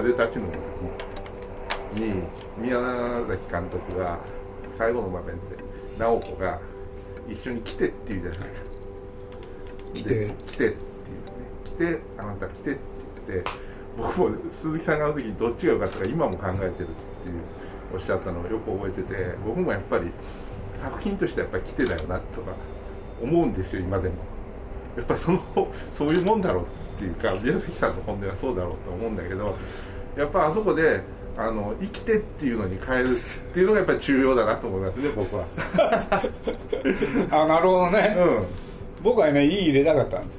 風立ちぬの時に宮崎監督が最後の場面で直子が一緒に来てって言うじゃないですか。来てっていうね、来て、あなた来てって言って、僕も鈴木さんがあの時にどっちが良かったか今も考えてるっていうおっしゃったのをよく覚えてて、僕もやっぱり作品としてやっぱり来てだよなとか思うんですよ、今でも。やっぱりそういうもんだろうっていうか、宮崎さんの本音はそうだろうと思うんだけど、やっぱあそこで生きてっていうのに変えるっていうのがやっぱり重要だなと思いますね、僕は。 なるほどね、僕はね、いい入れたかったんですよ、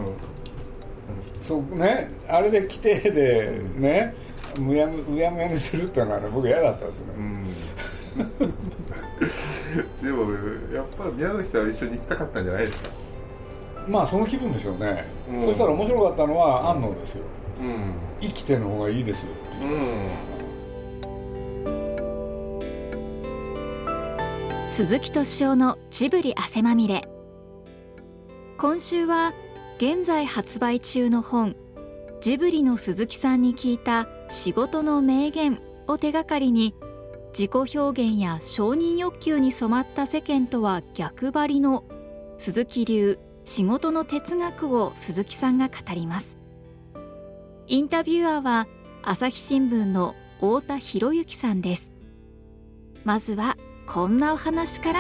そうね、あれで来てでね、うやむやにするっていうのは、ね、僕嫌だったんですよね、 でもやっぱり宮崎さんは一緒に行きたかったんじゃないですか。 まあその気分でしょうね、そしたら面白かったのは安野ですよ、生きての方がいいですよっていう、 鈴木敏夫のジブリ汗まみれ。今週は現在発売中の本ジブリの鈴木さんに聞いた仕事の名言を手がかりに、自己表現や承認欲求に染まった世間とは逆張りの鈴木流仕事の哲学を鈴木さんが語ります。インタビュアーは朝日新聞の太田博之さんです。まずはこんなお話から。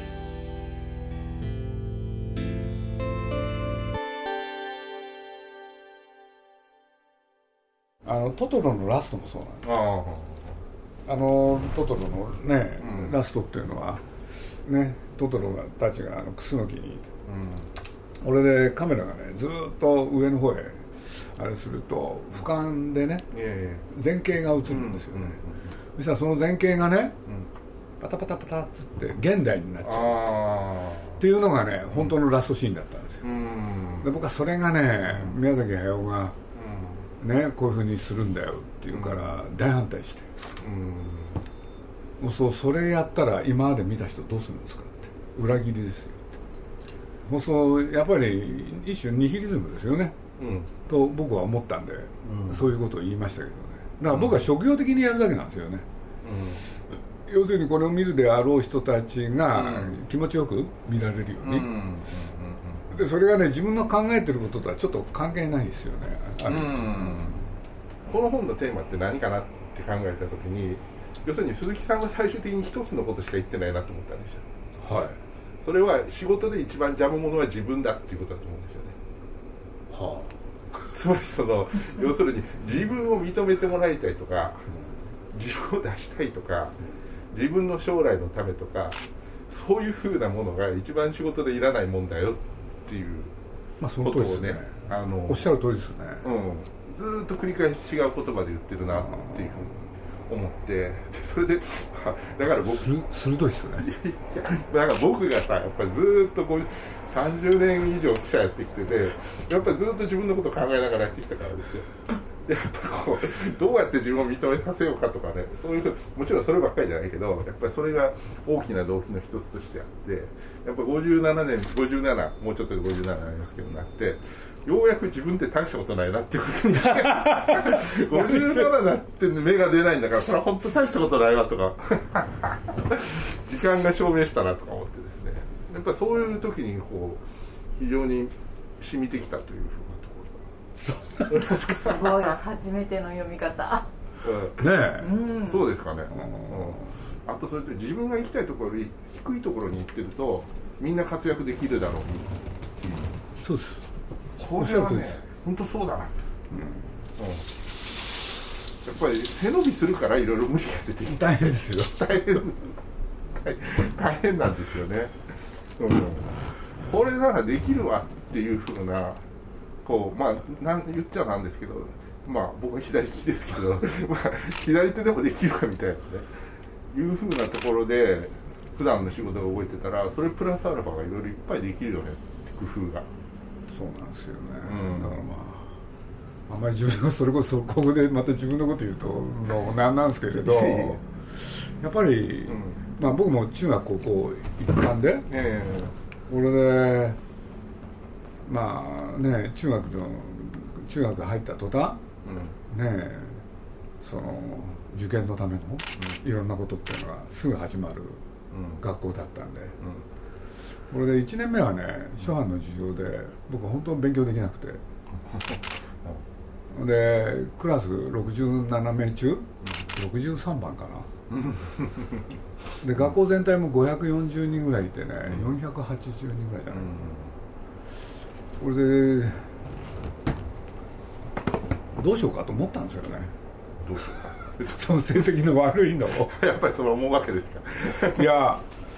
トトロのラストもそうなんですよ。トトロのね、ラストっていうのはね、トトロたちがクスノキにいて、俺でカメラがねずっと上の方へあれすると俯瞰でね、前景が映るんですよね。そしたらその前景がね、パタパタパタっつって現代になっちゃうっていうのがね、本当のラストシーンだったんですよ。で僕はそれがね、宮崎駿がね、こういう風にするんだよっていうから大反対して、それやったら今まで見た人どうするんですかって、裏切りですよって、やっぱり一種ニヒリズムですよね、と僕は思ったんで、そういうことを言いましたけどね。だから僕は職業的にやるだけなんですよね、要するにこれを見るであろう人たちが気持ちよく見られるように、でそれがね、自分の考えてることとはちょっと関係ないですよね。 この本のテーマって何かなって考えたときに、要するに鈴木さんは最終的に一つのことしか言ってないなと思ったんですよ。はい。それは仕事で一番邪魔者は自分だっていうことだと思うんですよね。つまり要するに自分を認めてもらいたいとか、自分を出したいとか、自分の将来のためとか、そういうふうなものが一番仕事でいらないもんだよっていうことをね、 おっしゃる通りですね。 ずーっと繰り返し違う言葉で言ってるなっていうふうに思って、それでだから僕鋭いですね。 だから僕がさ、やっぱりずーっと30年以上記者やってきてて、やっぱりずっと自分のことを考えながらやってきたからですよ。でやっぱどうやって自分を認めさせようかとかね、そういうもちろんそればっかりじゃないけど、やっぱりそれが大きな動機の一つとしてあって、やっぱり57もうちょっとで57になりますけどなって、ようやく自分って大したことないなっていうことに57だって目が出ないんだから、それは本当大したことないわとか時間が証明したなとか思ってですね、やっぱりそういう時に非常に染みてきたというふうなところ。そうなんですか。 すごい、初めての読み方。 そうですかね。あとそれと自分が行きたいところより低いところに行ってるとみんな活躍できるだろうにっていう。 そうです。 これはね、本当そうだな、やっぱり背伸びするからいろいろ無理が出てきて大変ですよ。 大変なんですよね、これならできるわっていうふうな言っちゃなんですけど、僕は左利きですけど左手でもできるかみたいなね、いうふうなところで普段の仕事が動いてたら、それプラスアルファがいろいろいっぱいできるよねって工夫が。 そうなんですよね、だからあんまり自分のそれこそここでまた自分のこと言うとなんなんですけれどやっぱり、僕も中学高校一貫で、これで中学入った途端、 その受験のためのいろんなことっていうのがすぐ始まる学校だったんで、これで1年目はね諸般の事情で僕は本当に勉強できなくてでクラス67名中63番かなで学校全体も540人ぐらいいてね480人ぐらいじゃないかな。これでどうしようかと思ったんですよね。 どうしようかその成績の悪いのをやっぱりそれ思うわけですか。 いや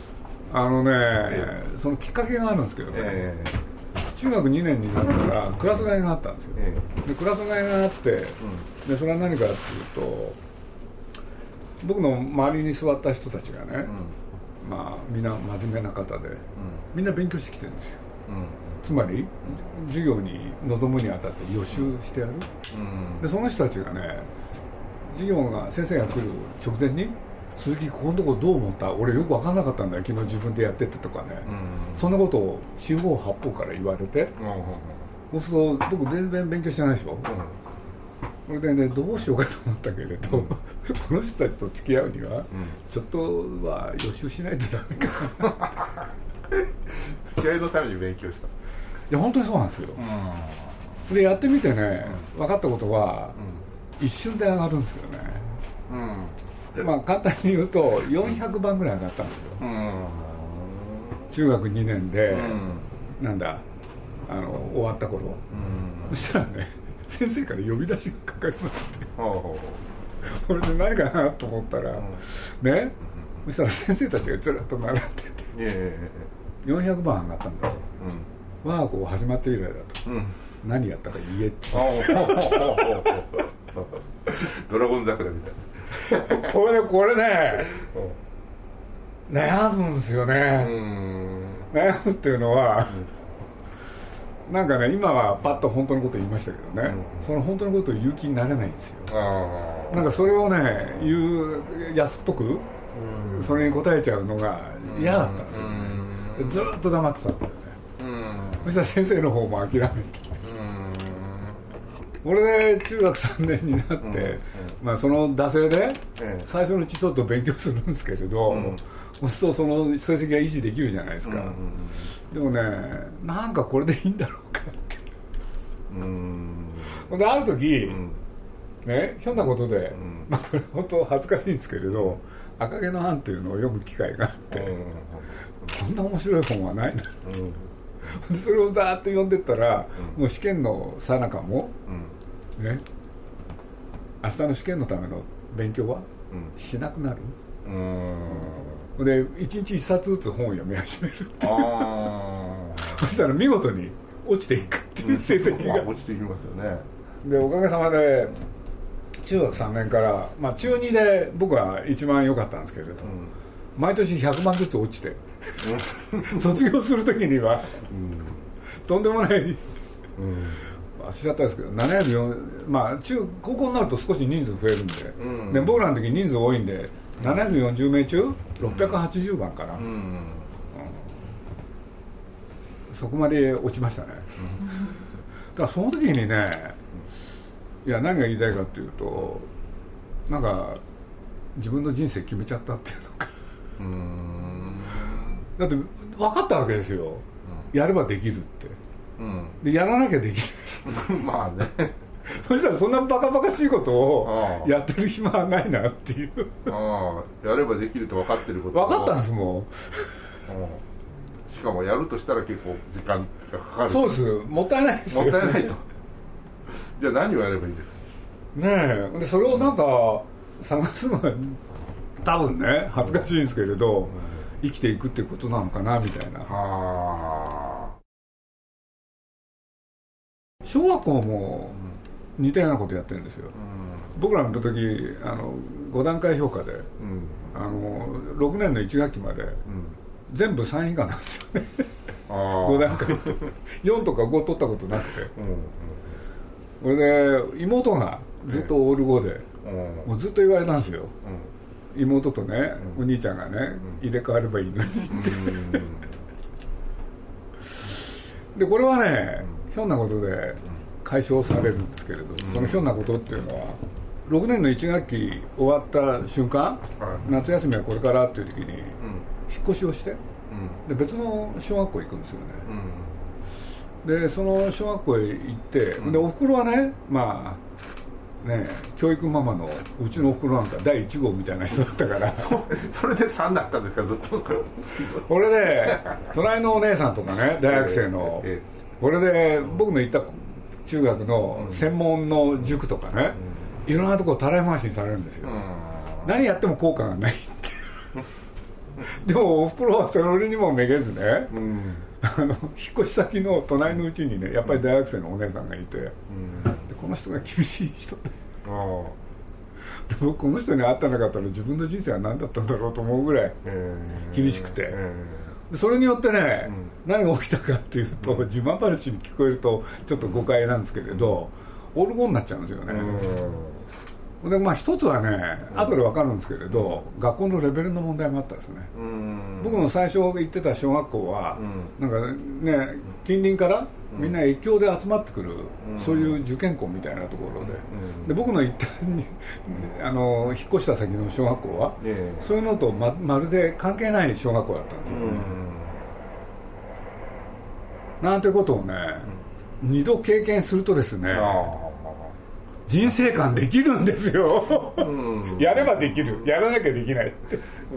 そのきっかけがあるんですけどね、中学2年になったらクラス替えがあったんですよ、でクラス替えがあって、でそれは何かっていうと僕の周りに座った人たちがね、まあみんな真面目な方で、みんな勉強してきてるんですよ、つまり授業に臨むにあたって予習してやる、でその人たちがね授業が先生が来る直前に鈴木ここのところどう思った、俺よく分かんなかったんだよ昨日自分でやっててとかね、そんなことを四方八方から言われて、そうすると僕全然勉強してないでしょ、それでねどうしようかと思ったけれど、この人たちと付き合うには、ちょっとは予習しないとダメかな付き合いのために勉強した。 いや本当にそうなんですよ、でやってみてね、分かったことは、一瞬で上がるんですよね、まあ簡単に言うと400番ぐらい上がったんですよ、中学2年で、なんだ終わった頃、そしたらね先生から呼び出しがかかりましてこれで何かなと思ったら、ね、そしたら先生たちがずらっと並んでて、400番上がったんだと、我が校始まって以来だと、何やったか言えってドラゴン桜みたいなこれね、悩むんですよね、悩むっていうのは、なんかね今はパッと本当のこと言いましたけどね、その本当のことを言う気になれないんですよ、なんかそれをね言う安っぽく、それに答えちゃうのが嫌だったんですよね、ずっと黙ってたんですよね、そしたら先生の方も諦めて、これで中学3年になって、まあ、その惰性で最初のうちちょっと勉強するんですけれど、そうその成績が維持できるじゃないですか、でもねなんかこれでいいんだろうかってである時、ね、ひょんなことで、まあ、これ本当恥ずかしいんですけれど赤毛のアンっていうのを読む機会があって、こんな面白い本はないなって、それをざーっと読んでったら、もう試験の最中も、ね、明日の試験のための勉強はしなくなる、で1日1冊ずつ本を読み始めるってそしたら見事に落ちていくっていう成績が、 落ちていきますよね。 でおかげさまで中学3年から、まあ、中2で僕は一番良かったんですけれど、毎年100番ずつ落ちて卒業する時には、とんでもない、しちゃったんですけど704、まあ、高校になると少し人数増えるんで、で僕らの時人数多いんで740名中680番かな、そこまで落ちましたね、だからその時にね、いや何が言いたいかっていうと、なんか自分の人生決めちゃったっていうのかだって分かったわけですよ、やればできるって、でやらなきゃできないまあねそしたらそんなバカバカしいことをやってる暇はないなっていうやればできると分かってること分かったんですもんしかもやるとしたら結構時間がかかる。 そうです、もったいないですよ、 もったいないとじゃあ何をやればいいですかねえ。でそれをなんか探すのは多分ね恥ずかしいんですけれど、生きていくってことなのかなみたいな。小学校も似たようなことやってるんですよ、僕らの時5段階評価で、6年の1学期まで、全部3以下なんですよね5段階4とか5取ったことなくて、それで妹がずっとオール5で、もうずっと言われたんですよ、妹とね、お兄ちゃんがね、入れ替わればいいのにってでこれはね、ひょんなことで解消されるんですけれど、そのひょんなことっていうのは 6年の1学期終わった瞬間、夏休みはこれからっていう時に引っ越しをして、で別の小学校行くんですよね、でその小学校へ行って、でおふくろはね、まあね、教育ママのうちのおふくろなんか第1号みたいな人だったからそれで3だったんですか、ずっと。 俺ね、隣のお姉さんとかね、大学生の、これで僕の行った中学の専門の塾とかね、いろんなところたらい回しにされるんですよ、何やっても効果がないってでもおふくろはそれにもめげずね、引っ越し先の隣のうちにね、やっぱり大学生のお姉さんがいて、でこの人が厳しい人で、で僕この人に会ってなかったら自分の人生は何だったんだろうと思うぐらい厳しくて、でそれによってね、何が起きたかっていうと、自慢話に聞こえるとちょっと誤解なんですけれど、オルゴになっちゃうんですよね。でまあ一つはね、後で分かるんですけれど、学校のレベルの問題もあったんですね。僕の最初行ってた小学校は、なんかね、近隣からみんな越境で集まってくる、そういう受験校みたいなところで、僕の行った引っ越した先の小学校は、そういうのと まるで関係ない小学校だったんですよね。なんてことをね、2度経験するとですね、人生観できるんですよやればできる、やらなきゃできないって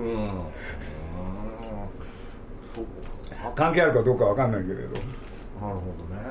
関係あるかどうかわかんないけれど。なるほどね。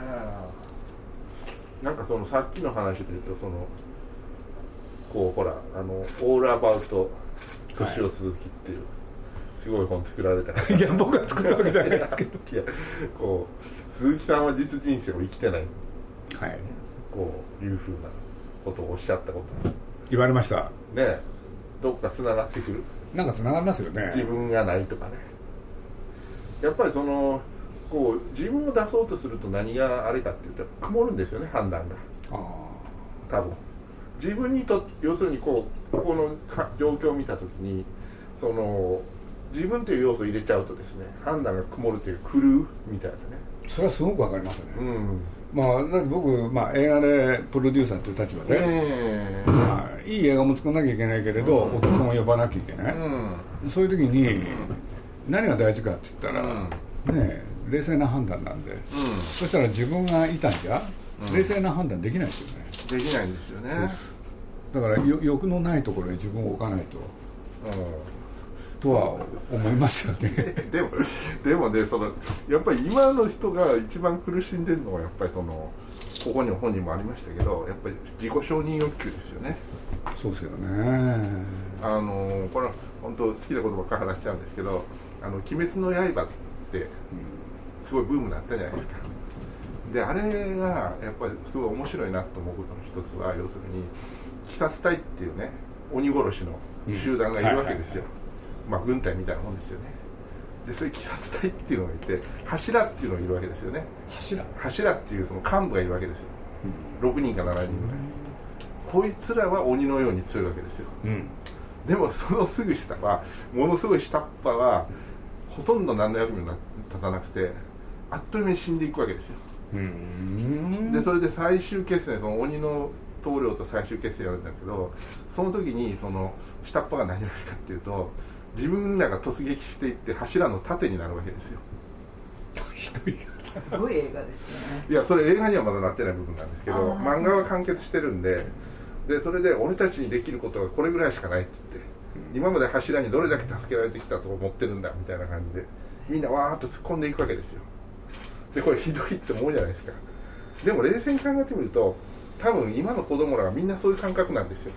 なんかそのさっきの話で言うと、そのこうほらオールアバウト年を鈴木っていう、すごい本作られたから、 いや僕は作ったわけじゃないですけどいやこう鈴木さんは実人生を生きてない、こういうふうなことをおっしゃったこと言われましたね。どっかつながってくる、 なんかつながりますよね。 自分がないとかね。やっぱりそのこう自分を出そうとすると何があれかっていうと曇るんですよね、判断が。多分自分にと要するにこうここの状況を見た時に、その自分という要素を入れちゃうとですね、判断が曇るという狂うみたいなね。 それはすごくわかりますね。まあ、だって僕、映画でプロデューサーという立場で、いい映画も作らなきゃいけないけれど、お客さんを呼ばなきゃいけない、そういう時に何が大事かって言ったら、ね、冷静な判断なんで、そしたら自分がいたんじゃ、冷静な判断できないですよね。 できないんですよね。 だから欲のないところに自分を置かないと、とは思いますよねでもね、そのやっぱり今の人が一番苦しんでるのは、やっぱりそのここに本にもありましたけど、やっぱり自己承認欲求ですよね。 そうですよね。 これは本当好きなことばっかり話しちゃうんですけど、鬼滅の刃ってすごいブームだったじゃないですか。であれがやっぱりすごい面白いなと思うことの一つは、要するに鬼殺隊っていうね、鬼殺しの集団がいるわけですよ。軍隊みたいなもんですよね。でそういう鬼殺隊っていうのがいて、柱っていうのがいるわけですよね。柱っていうその幹部がいるわけですよ、6人か7人ぐらい。こいつらは鬼のように強いわけですよ、でもそのすぐ下はものすごい下っ端はほとんど何の役にも立たなくて、あっという間に死んでいくわけですよ。でそれで最終決戦、その鬼の棟梁と最終決戦やるんだけど、その時にその下っ端が何をやるかっていうと、自分らが突撃していって柱の盾になるわけですよ。 すごい映画ですね。 いや、それ映画にはまだなってない部分なんですけど、漫画は完結してるんで、それで俺たちにできることがこれぐらいしかないって言って、今まで柱にどれだけ助けられてきたと思ってるんだみたいな感じで、みんなわーっと突っ込んでいくわけですよ。でこれひどいって思うじゃないですか。でも冷静に考えてみると、多分今の子供らはみんなそういう感覚なんですよ。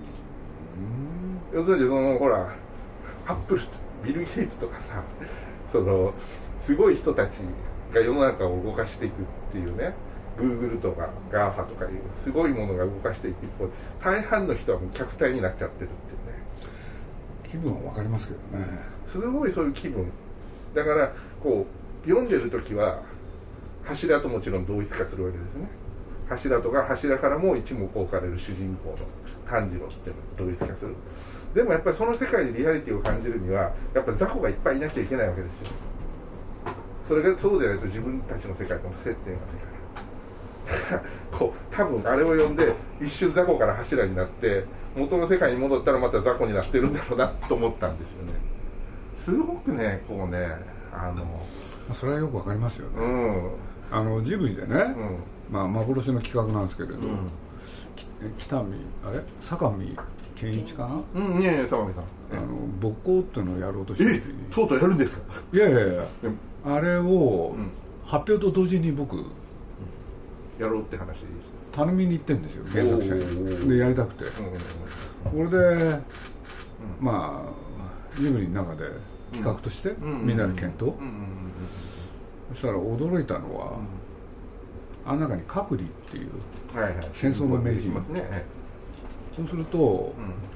要するにそのほらアップル、ビル・ゲイツとかさ、そのすごい人たちが世の中を動かしていくっていうね、グーグルとかガーファとかいうすごいものが動かしていく一方、大半の人はもう客体になっちゃってるっていうね。 気分は分かりますけどね。 すごいそういう気分だから、こう読んでる時は柱ともちろん同一化するわけですね。柱とか柱からも一目置かれる主人公の炭治郎っていうのを同一化する。でもやっぱりその世界にリアリティを感じるには、やっぱり雑魚がいっぱいいなきゃいけないわけですよ。それがそうでないと自分たちの世界との接点がないから。 こう多分あれを読んで一瞬雑魚から柱になって元の世界に戻ったらまた雑魚になってるんだろうなと思ったんですよね。すごくねこうねそれはよくわかりますよね、ジブリでね、幻の企画なんですけれど、坂見健一かな、 いやいや坂見さん勃興っていうのをやろうとしてる時にとうとうやるんですか。 いやあれを発表と同時に僕やろうって話で頼みに行ってるんですよ原作者にでやりたくて、これでジブリの中で企画としてみんなで検討、そしたら驚いたのは、あの中にカクリっていう戦争の名人、そうすると、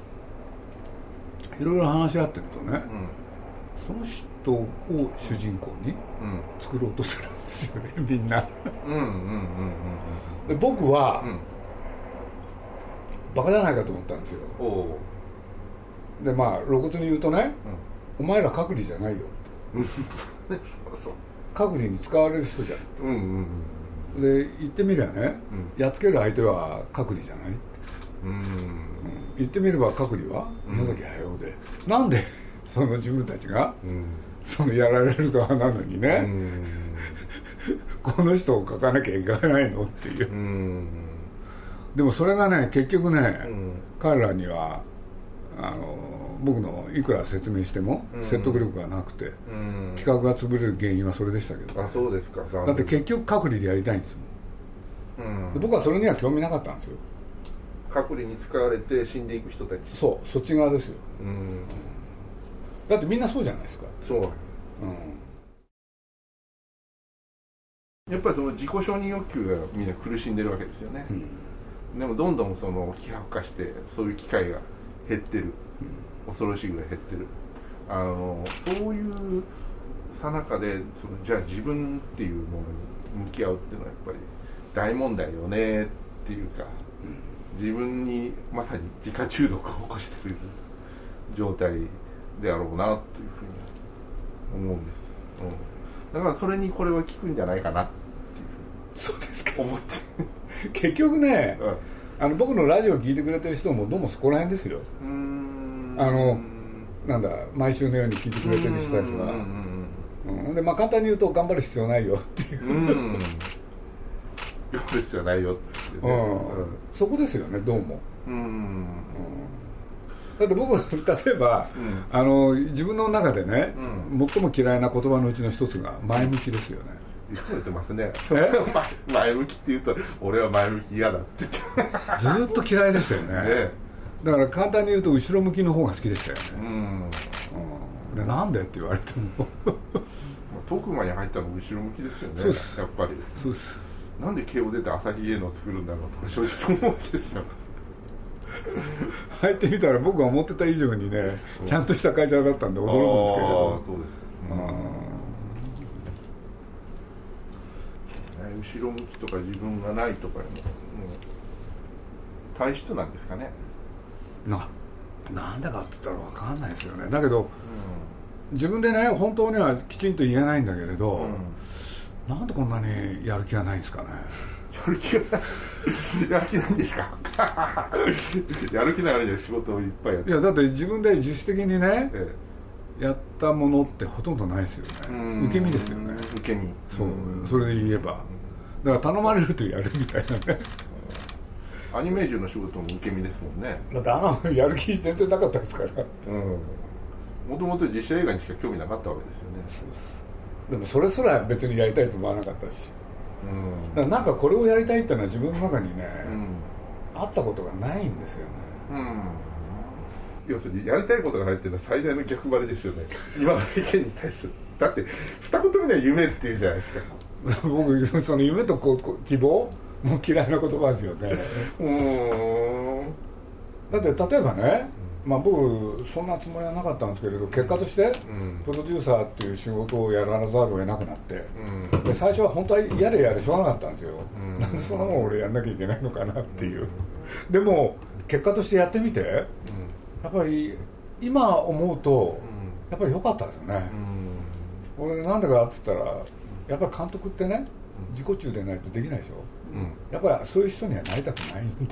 いろいろ話し合ってるとね、その人を主人公に作ろうとするんですよね、みんな。で僕は、バカじゃないかと思ったんですよ。で露骨に言うとね、お前らカクリじゃないよってカクリに使われる人じゃん、で言ってみればね、やっつける相手はカクリじゃないって、言ってみればカクリは宮崎駿で、なんでその自分たちが、そのやられる側なのにね、この人を描かなきゃいけないのっていう、でもそれがね結局ね、彼らには僕のいくら説明しても説得力がなくて、企画が潰れる原因はそれでしたけど、 そうですか。 だって結局隔離でやりたいんですもん、で僕はそれには興味なかったんですよ。 隔離に使われて死んでいく人たち、 そっち側ですよ、だってみんなそうじゃないですか。 そう、やっぱりその自己承認欲求がみんな苦しんでるわけですよね、でもどんどんその希薄化してそういう機会が減ってる、恐ろしいぐらい減ってる。そういうさなかでじゃあ自分っていうものに向き合うっていうのはやっぱり大問題よねっていうか、自分にまさに自家中毒を起こしている状態であろうなというふうに思うんです、だからそれにこれは効くんじゃないかなっていうそうですか思って結局ね、僕のラジオを聞いてくれてる人もどうもそこら辺ですよ。なんだ毎週のように聞いてくれてる人たちは、で簡単に言うと頑張る必要ないよっていう、 頑張る必要ないよって、 そこですよねどうも。だって僕例えば、自分の中でね、最も嫌いな言葉のうちの一つが前向きですよね。 言われてますね。前向きって言うと俺は前向き嫌だって言ってずっと嫌いでしたよね。だから簡単に言うと後ろ向きの方が好きでしたよね。でなんでって言われても徳間に入ったの後ろ向きですよね。 そうです、 やっぱりそうです。 なんで慶応出て朝日芸能を作るんだろうと正直思うわけですよ入ってみたら僕が思ってた以上にねちゃんとした会社だったんで驚くんですけれど。 そうです、後ろ向きとか自分がないとかいうの体質なんですかね。 なんだかって言ったら分かんないですよね。だけど、自分でね本当にはきちんと言えないんだけれど、なんでこんなにやる気がないんですかね。 やる気ないんですかやる気ないのに仕事をいっぱいやって。 いやだって自分で自主的にね、やったものってほとんどないですよね。受け身ですよね。 受け身。 そう、それで言えばだから頼まれるとやるみたいなね。 アニメージュの仕事も受け身ですもんね。 だってやる気全然なかったですから。 もともと実写映画にしか興味なかったわけですよね。 そうです。でもそれすら別にやりたいと思わなかったし、だからなんかこれをやりたいっていうのは自分の中にね、あったことがないんですよね。 要するにやりたいことがないっていうのは最大の逆張りですよね今の世間に対する。だって二言目には夢っていうじゃないですか僕その夢と希望もう嫌いな言葉ですよね。だって例えばね、僕そんなつもりはなかったんですけれど結果としてプロデューサーっていう仕事をやらざるを得なくなって、で最初は本当は嫌でやれしょうがなかったんですよ、なんでそんなもん俺やんなきゃいけないのかなっていう、でも結果としてやってみて、やっぱり今思うとやっぱり良かったですよね。俺なんでかって言ったらやっぱり監督ってね自己中でないとできないでしょ、やっぱりそういう人にはなりたくないんで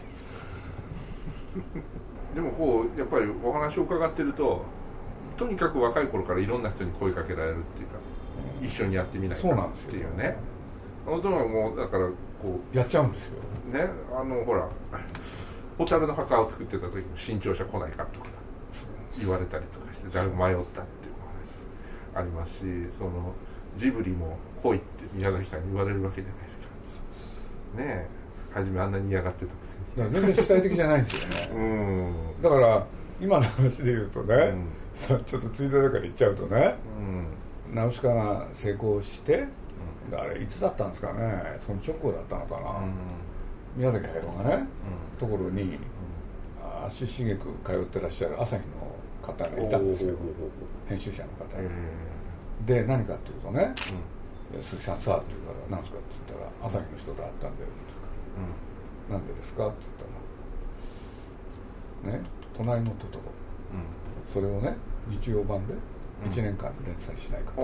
でもこうやっぱりお話を伺ってるととにかく若い頃からいろんな人に声かけられるっていうか、一緒にやってみないかっていうね。本当はもうだからこうやっちゃうんですよね。ほら蛍の墓を作ってた時も新潮社来ないかとか言われたりとかして誰も迷ったっていう話ありますし、そのジブリも来いって宮崎さんに言われるわけじゃないですかね。初めあんなに嫌がってたくせにだから全然主体的じゃないんですよねだから今の話で言うとね、ちょっとついでだから言っちゃうとね、ナウシカが成功して、あれいつだったんですかね、その直後だったのかな、宮崎駿がね、ところに足しげく通ってらっしゃる朝日の方がいたんですよ、編集者の方が、で何かっていうとね、鈴木さんさって言うから何ですかって言ったら朝日の人と会ったんだよって言うから、なんでですかって言ったらね、隣のトトロ、それをね日曜版で1年間連載しないかと、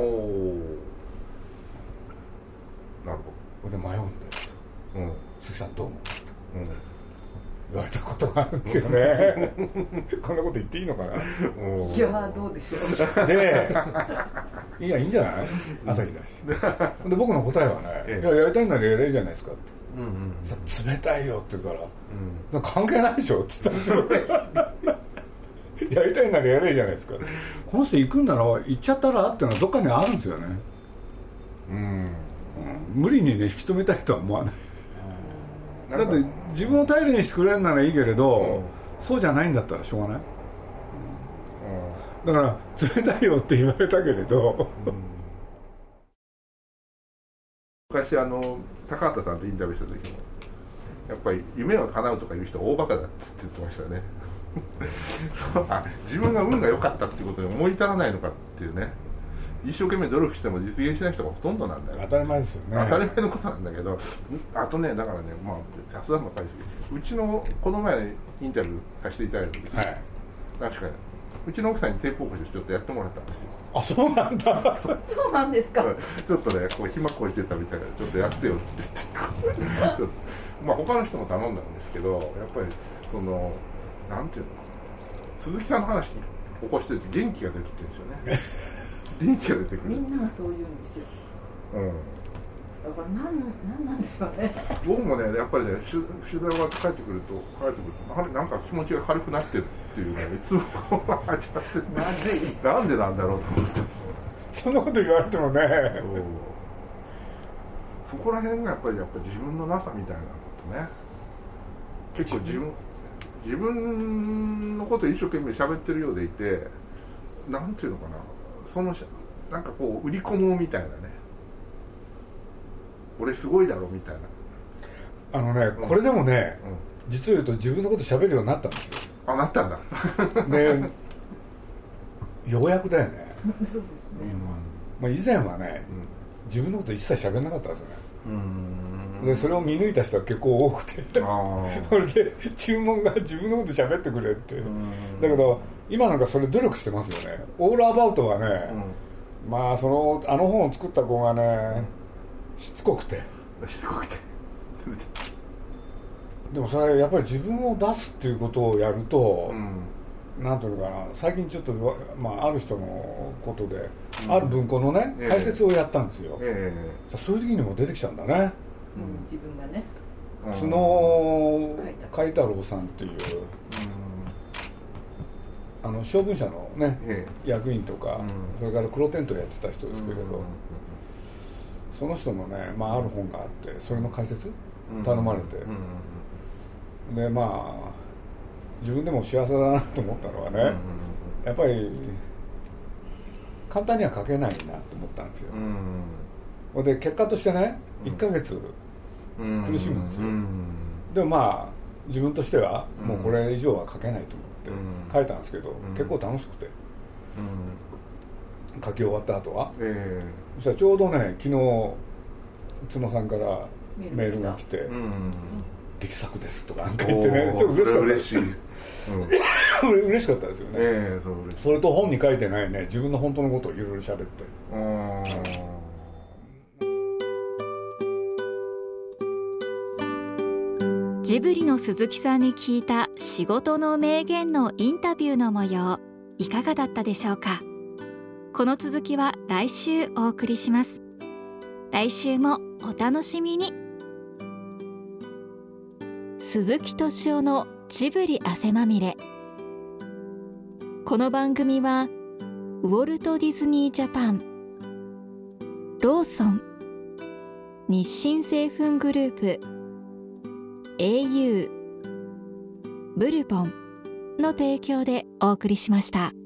なるほどで迷うんで、鈴木さんどう思うって、言われたことがあるんですよねこんなこと言っていいのかな、 いやどうでしょうでいやいいんじゃない朝日だしで僕の答えはね、いややりたいならやればいいじゃないですかって、冷たいよって言うから、関係ないでしょって言ったんですよやりたいならやればいいじゃないですか、この人行くんなら行っちゃったらっていうのはどっかにあるんですよね、無理にね引き止めたいとは思わないだって自分を頼りにしてくれるならいいけれど、そうじゃないんだったらしょうがない、だから冷たいよって言われたけれど、 昔高畑さんとインタビューした時もやっぱり夢は叶うとかいう人大バカだって言ってましたよね自分が運が良かったっていうことに思い至らないのかっていうね、一生懸命努力しても実現しない人がほとんどなんだよ。 当たり前ですよね。 当たり前のことなんだけど、あとね、だからね、まあ雑談ばっかりですけど、うちのこの前インタビューさせていただいた時に、確かにうちの奥さんにテープ起こしちょっとやってもらったんですよ。 あ、そうなんだそうなんですか。 ちょっとね、こう暇こいてたみたいな、ちょっとやってよって言ってまあ他の人も頼んだんですけど、やっぱりそのなんていうの、鈴木さんの話起こしてると元気が出てきてるんですよね元気が出てくる。 みんながそう言うんですよ。だから何なんでしょうね。 僕もね、やっぱりね、取材終わって帰ってくるとなんか気持ちが軽くなってるっていうのがいつも味わってて、 まずい。 なんでなんだろうと思って。 そんなこと言われてもね。 そこら辺がやっぱり自分のなさみたいなことね。結構自分のことを一生懸命喋ってるようでいて、なんていうのかな、そのなんかこう売り込もうみたいなね。俺すごいだろみたいな。これでもね、実を言うと自分のこと喋るようになったんですよ。 あ、なったんだ。 で、ようやくだよね。 そうですね。 まあ以前はね、自分のこと一切喋んなかったんですよね。でそれを見抜いた人は結構多くて、それで注文が自分のこと喋ってくれって。だけど今なんかそれ努力してますよね。オールアバウトはね、まああの本を作った子がね、しつこくてでもそれやっぱり自分を出すっていうことをやると、なんていうのかな、最近ちょっと、まあ、ある人のことで、ある文庫のね、解説をやったんですよ、そういう時にも出てきちゃうんだね、 自分がね。 角海太郎さんっていう、小文社のね、役員とか、それから黒テントをやってた人ですけれど、その人のね、まあ、ある本があってそれの解説頼まれて、でまあ自分でも幸せだなと思ったのはね、やっぱり簡単には書けないなと思ったんですよ。で結果としてね、1ヶ月苦しむんですよ。でもまあ自分としてはもうこれ以上は書けないと思って書いたんですけど、結構楽しくて、書き終わった後は、そしたらちょうどね、昨日角さんからメールが来て、力作ですとかなんか言ってね、ちょっと嬉しかった。嬉しかったですよね。それと本に書いてないね、自分の本当のことをいろいろ喋って。 ジブリの鈴木さんに聞いた仕事の名言のインタビューの模様、いかがだったでしょうか。この続きは来週お送りします。来週もお楽しみに。鈴木敏夫のジブリ汗まみれ。この番組はウォルト・ディズニー・ジャパン、ローソン、日清製粉グループ、au、ブルボンの提供でお送りしました。